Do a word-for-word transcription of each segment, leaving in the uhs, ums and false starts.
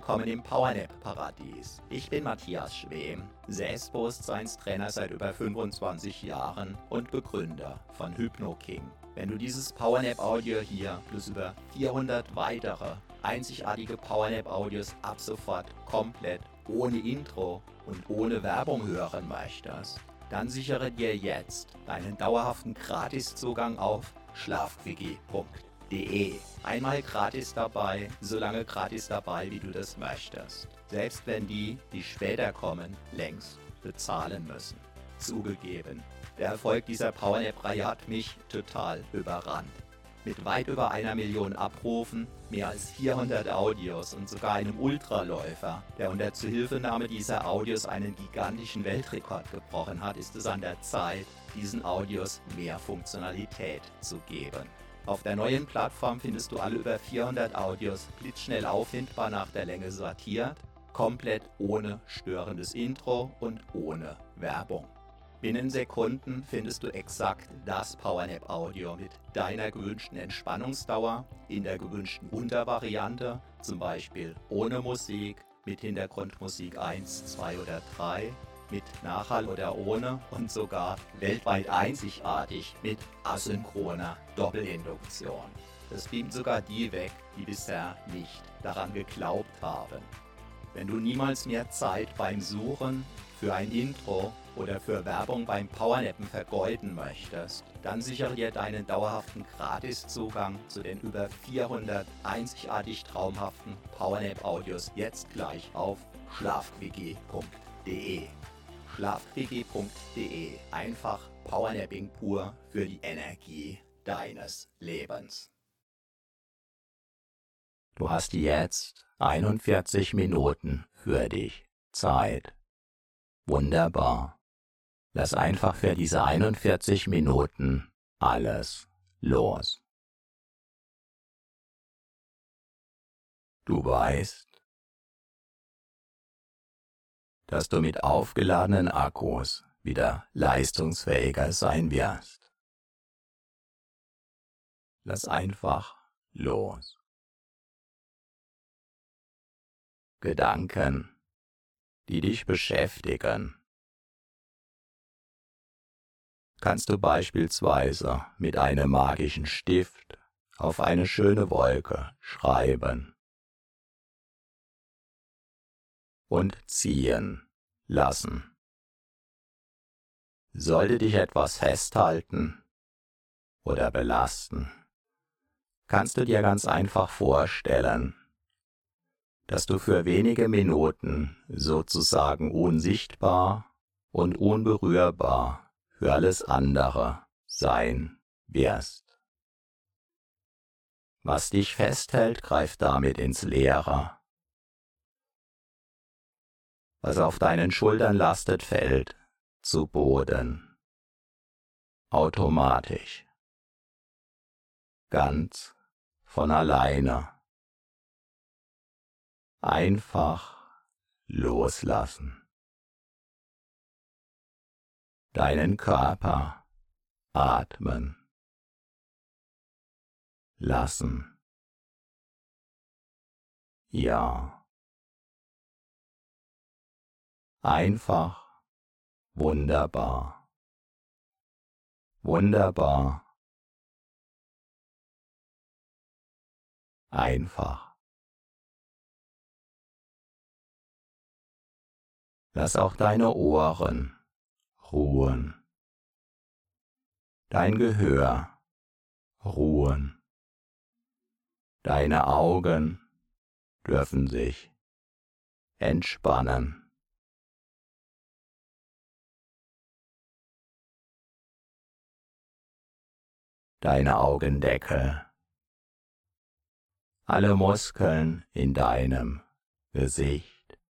willkommen im Powernap-Paradies. Ich bin Matthias Schwem, Selbstbewusstseinstrainer seit über fünfundzwanzig Jahren und Begründer von HypnoKing. Wenn du dieses Powernap-Audio hier plus über vierhundert weitere einzigartige Powernap-Audios ab sofort komplett ohne Intro und ohne Werbung hören möchtest, dann sichere dir jetzt deinen dauerhaften Gratiszugang auf schlafquickie punkt de. Einmal gratis dabei, so lange gratis dabei, wie du das möchtest. Selbst wenn die, die später kommen, längst bezahlen müssen. Zugegeben, der Erfolg dieser Powernap-Reihe hat mich total überrannt. Mit weit über einer Million Abrufen, mehr als vierhundert Audios und sogar einem Ultraläufer, der unter Zuhilfenahme dieser Audios einen gigantischen Weltrekord gebrochen hat, ist es an der Zeit, diesen Audios mehr Funktionalität zu geben. Auf der neuen Plattform findest du alle über vierhundert Audios blitzschnell auffindbar nach der Länge sortiert, komplett ohne störendes Intro und ohne Werbung. Binnen Sekunden findest du exakt das Powernap-Audio mit deiner gewünschten Entspannungsdauer in der gewünschten Untervariante, zum Beispiel ohne Musik, mit Hintergrundmusik eins, zwei oder drei, mit Nachhall oder ohne und sogar weltweit einzigartig mit asynchroner Doppelinduktion. Das beamt sogar die weg, die bisher nicht daran geglaubt haben. Wenn du niemals mehr Zeit beim Suchen für ein Intro oder für Werbung beim Powernappen vergeuden möchtest, dann sichere dir deinen dauerhaften Gratiszugang zu den über vierhundert einzigartig traumhaften Powernap-Audios jetzt gleich auf schlafquickie punkt de. schlafquickie punkt de. Einfach Powernapping pur für die Energie deines Lebens. Du hast jetzt einundvierzig Minuten für dich Zeit. Wunderbar. Lass einfach für diese einundvierzig Minuten alles los. Du weißt, dass du mit aufgeladenen Akkus wieder leistungsfähiger sein wirst. Lass einfach los. Gedanken, die dich beschäftigen, kannst du beispielsweise mit einem magischen Stift auf eine schöne Wolke schreiben und ziehen lassen. Sollte dich etwas festhalten oder belasten, kannst du dir ganz einfach vorstellen, dass du für wenige Minuten sozusagen unsichtbar und unberührbar für alles andere sein wirst. Was dich festhält, greift damit ins Leere. Was auf deinen Schultern lastet, fällt zu Boden. Automatisch. Ganz von alleine. Einfach loslassen. Deinen Körper atmen lassen. Ja. Einfach wunderbar. Wunderbar. Einfach. Lass auch deine Ohren ruhen. Dein Gehör ruhen. Deine Augen dürfen sich entspannen. Deine Augendeckel. Alle Muskeln in deinem Gesicht.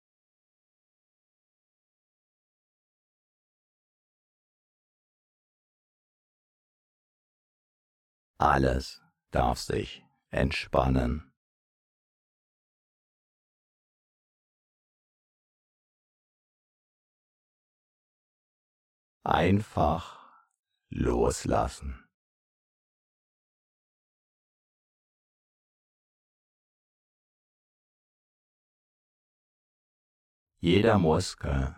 Alles darf sich entspannen. Einfach loslassen. Jeder Muskel,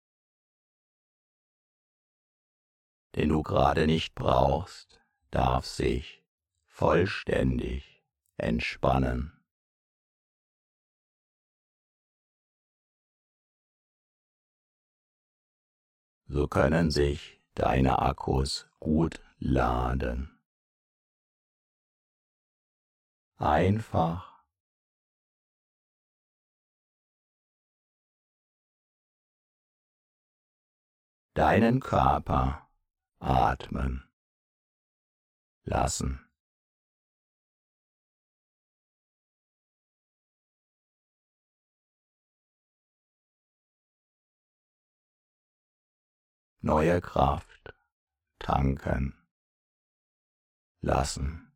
den du gerade nicht brauchst, darf sich vollständig entspannen. So können sich deine Akkus gut laden. Einfach deinen Körper atmen lassen. Neue Kraft tanken lassen.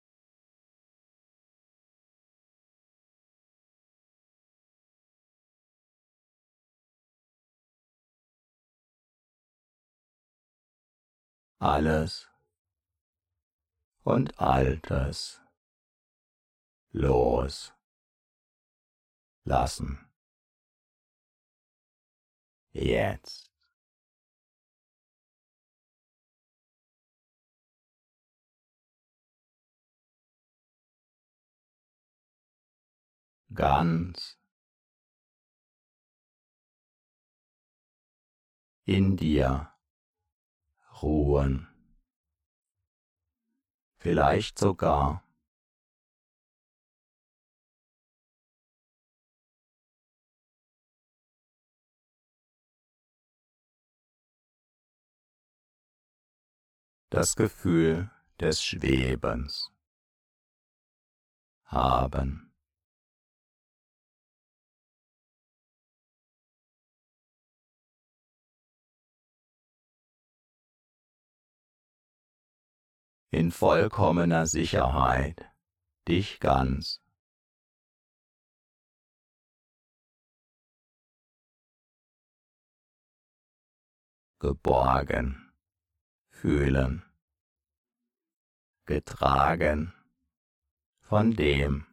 Alles und Altes los lassen. Jetzt. Ganz in dir ruhen. Vielleicht sogar das Gefühl des Schwebens haben. In vollkommener Sicherheit dich ganz geborgen fühlen, getragen von dem,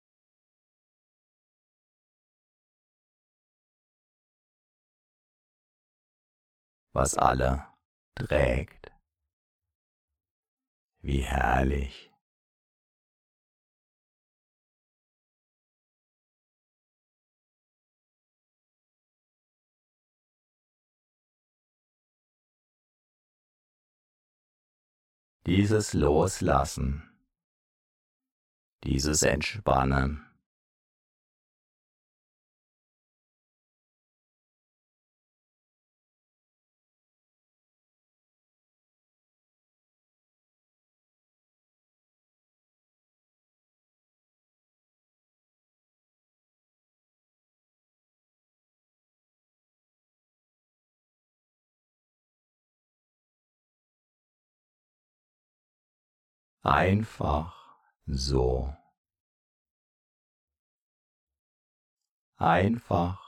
was alle trägt. Wie herrlich. Dieses Loslassen, dieses Entspannen, einfach so, einfach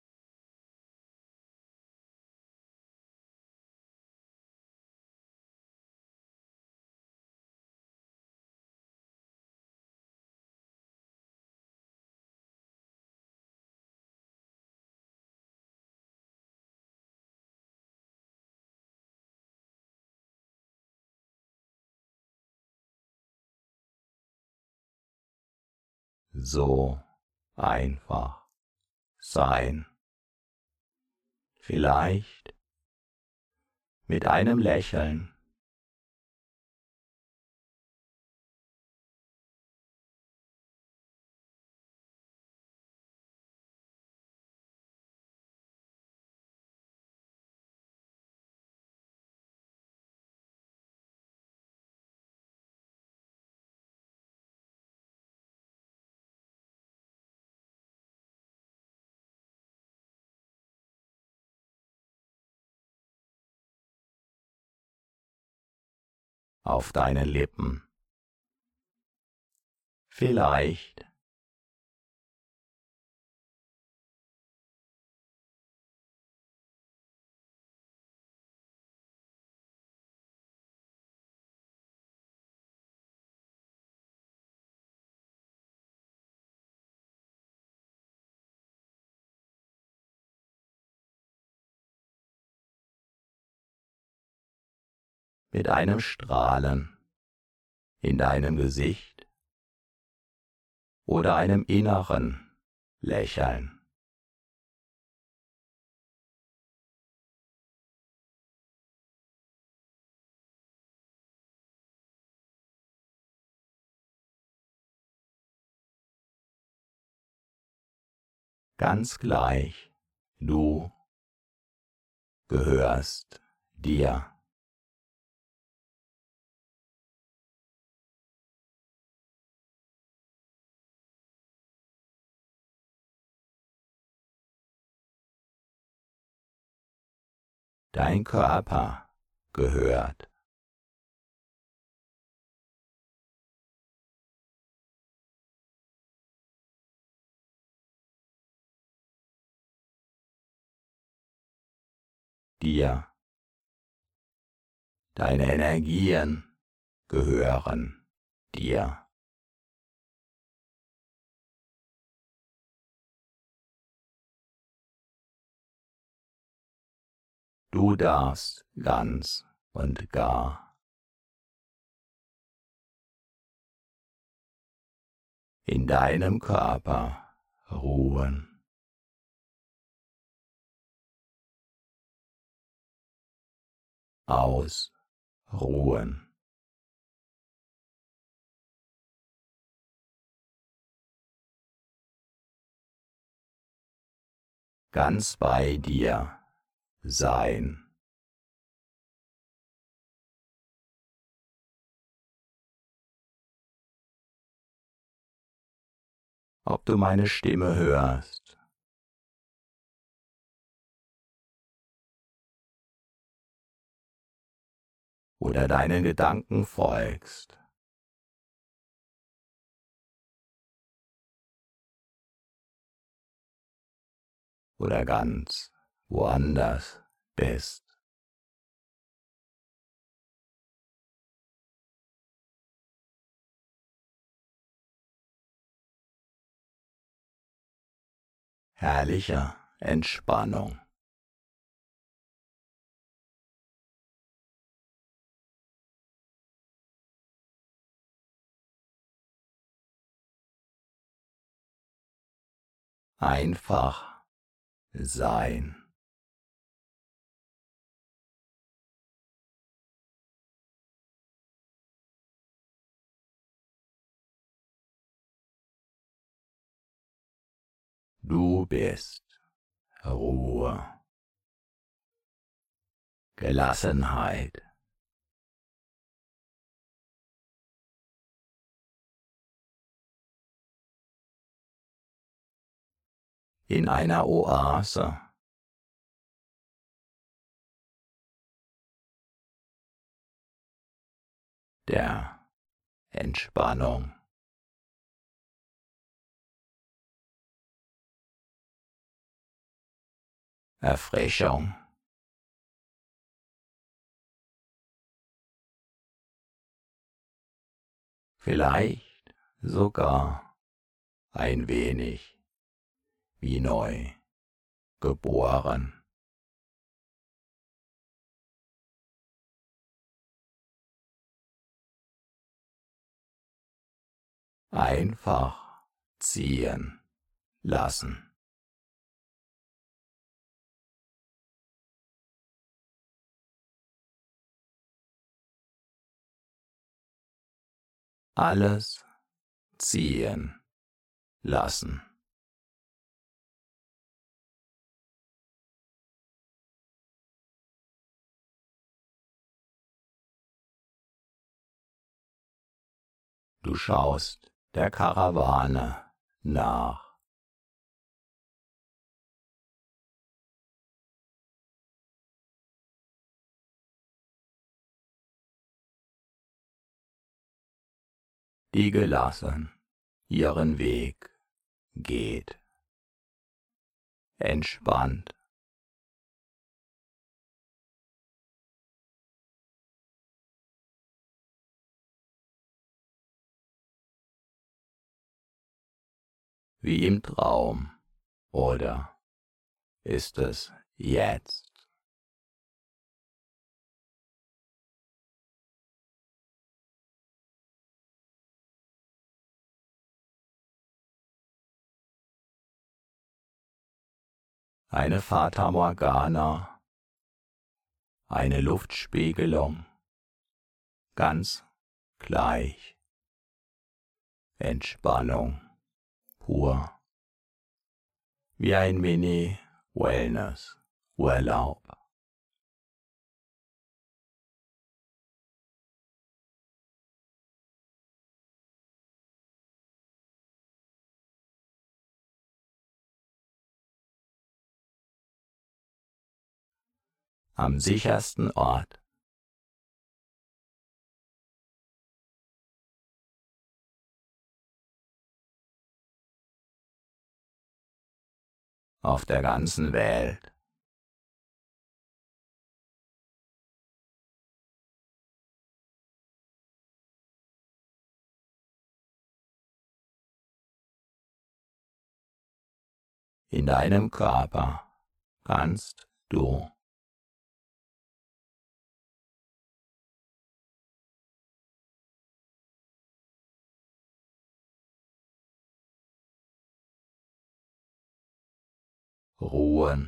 so einfach sein. Vielleicht mit einem Lächeln. Auf deinen Lippen. Vielleicht mit einem Strahlen in deinem Gesicht oder einem inneren Lächeln. Ganz gleich, du gehörst dir. Dein Körper gehört. Dir. Deine Energien gehören dir. Du darfst ganz und gar in deinem Körper ruhen. Ausruhen. Ganz bei dir sein. Ob du meine Stimme hörst oder deinen Gedanken folgst. Oder ganz woanders bist. Herrlicher Entspannung. Einfach sein. Du bist Ruhe, Gelassenheit. In einer Oase. Der Entspannung. Erfrischung. Vielleicht sogar ein wenig wie neu geboren. Einfach ziehen lassen. Alles ziehen lassen. Du schaust der Karawane nach. Die gelassen ihren Weg geht. Entspannt. Wie im Traum. Oder ist es jetzt? eine Fata Morgana, eine Luftspiegelung, ganz gleich, Entspannung pur, wie ein Mini-Wellness-Urlaub. Am sichersten Ort. Auf der ganzen Welt. In deinem Körper kannst du ruhen.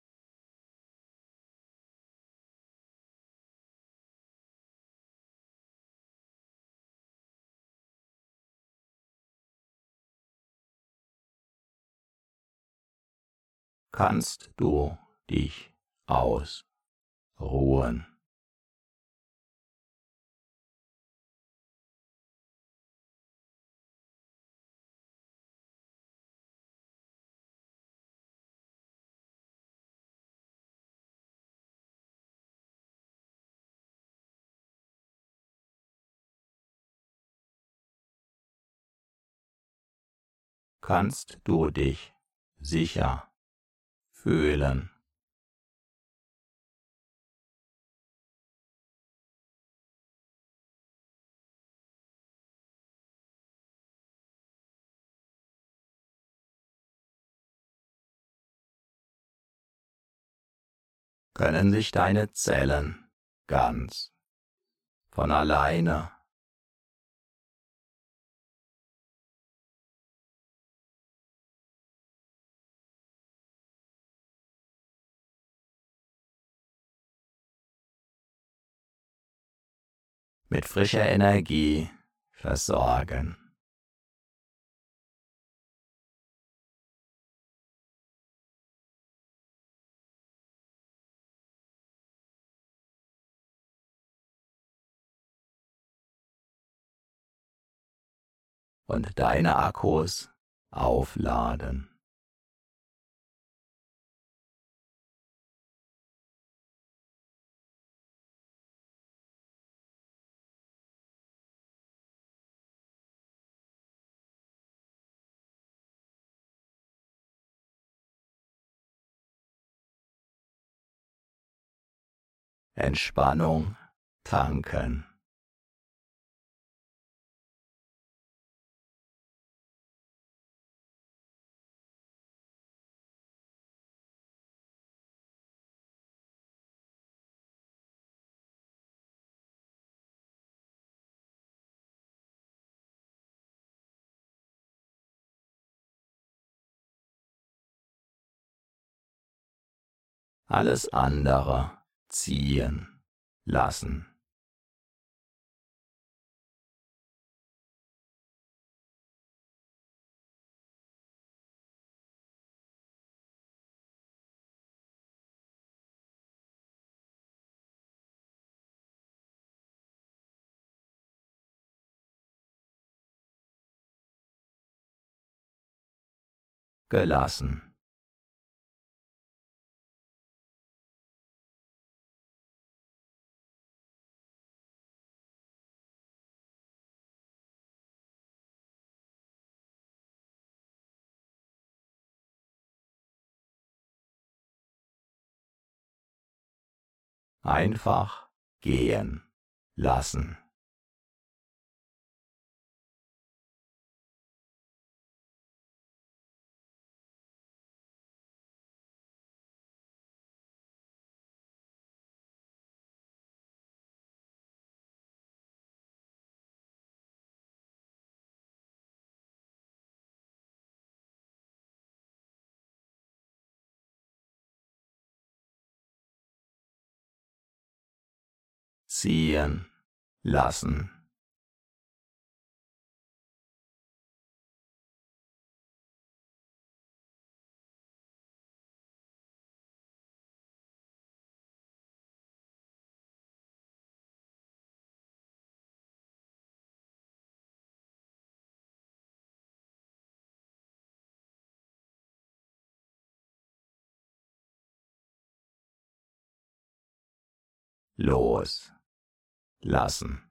Kannst du dich ausruhen. Kannst du dich sicher fühlen. Können sich deine Zellen ganz von alleine mit frischer Energie versorgen. Und deine Akkus aufladen. Entspannung tanken. Alles andere ziehen lassen. Gelassen. Einfach gehen lassen. ziehen lassen. Los lassen.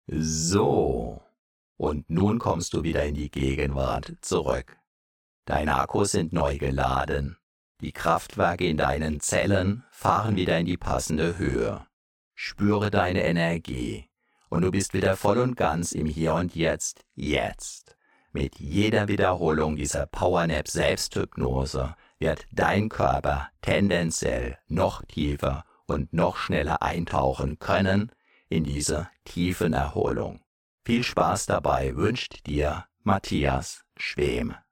So. Und nun kommst du wieder in die Gegenwart zurück. Deine Akkus sind neu geladen. Die Kraftwerke in deinen Zellen fahren wieder in die passende Höhe. Spüre deine Energie und du bist wieder voll und ganz im Hier und Jetzt, jetzt. Mit jeder Wiederholung dieser Powernap Selbsthypnose wird dein Körper tendenziell noch tiefer und noch schneller eintauchen können in diese tiefen Erholung. Viel Spaß dabei wünscht dir Matthias Schwem.